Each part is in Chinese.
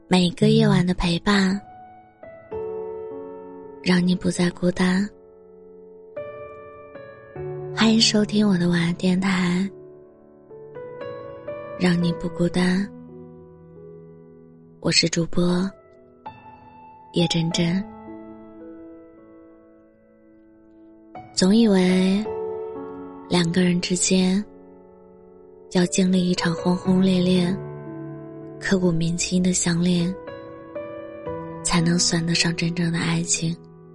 每个夜晚的陪伴，让你不再孤单。欢迎收听我的晚安电台，让你不孤单。我是主播叶真真。总以为两个人之间要经历一场轰轰烈烈、刻骨铭心的相恋，才能算得上真正的爱情。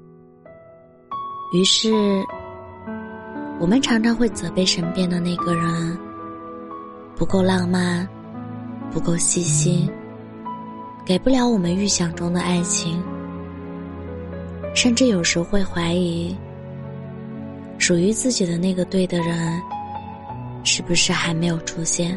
于是我们常常会责备身边的那个人不够浪漫，不够细心，给不了我们预想中的爱情。甚至有时会怀疑，属于自己的那个对的人是不是还没有出现。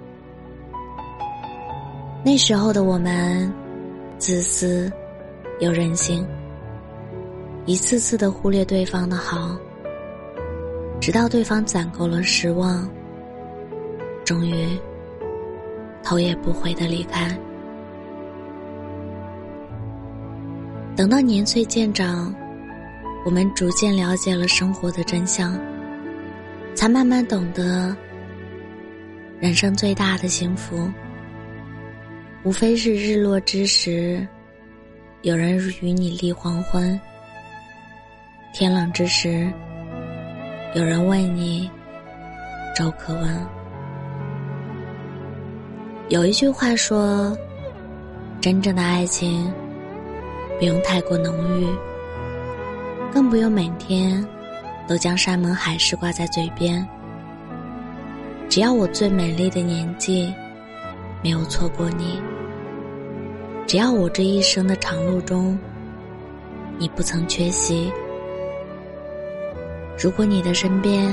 那时候的我们自私又任性，一次次的忽略对方的好，直到对方攒够了失望，终于头也不回地离开。等到年岁渐长，我们逐渐了解了生活的真相，才慢慢懂得人生最大的幸福无非是日落之时有人与你立黄昏，天冷之时有人为你粥可温。有一句话说，真正的爱情不用太过浓郁，更不用每天都将山盟海誓挂在嘴边。只要我最美丽的年纪没有错过你，只要我这一生的长路中你不曾缺席，如果你的身边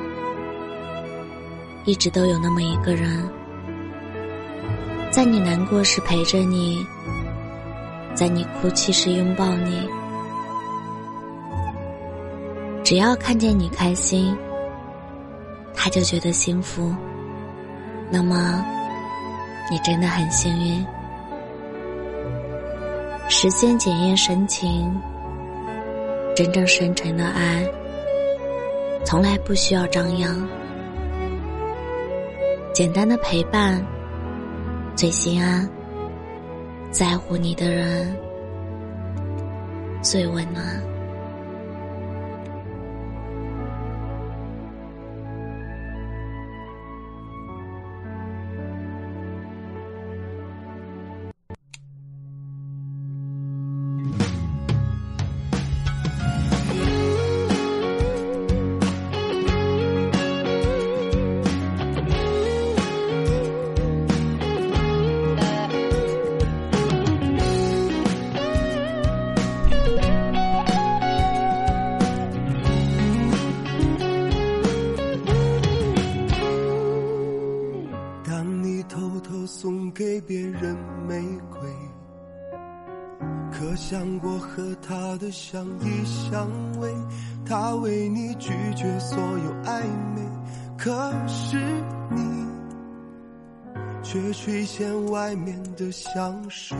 一直都有那么一个人，在你难过时陪着你，在你哭泣时拥抱你，只要看见你开心，他就觉得幸福，那么你真的很幸运。时间检验深情，真正深沉的爱从来不需要张扬，简单的陪伴最心安，在乎你的人最温暖。 送给别人玫瑰，可想过和他的相依相偎，他为你拒绝所有暧昧，可是你却垂涎外面的香水，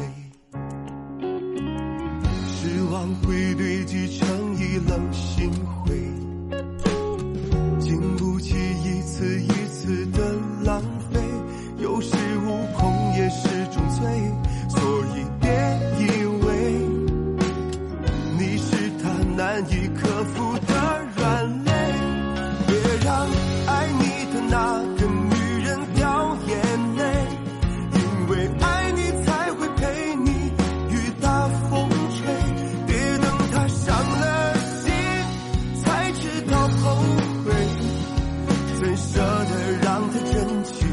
失望会堆积成一冷心灰，经不起一次一次的浪费，有恃无恐也是种罪，所以别以为你是他难以克服的软肋，别让爱你的那个女人掉眼泪，因为爱你才会陪你雨打风吹，别等他伤了心才知道后悔，怎舍得让他真情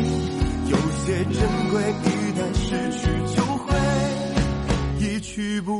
珍贵，一旦失去就会一去不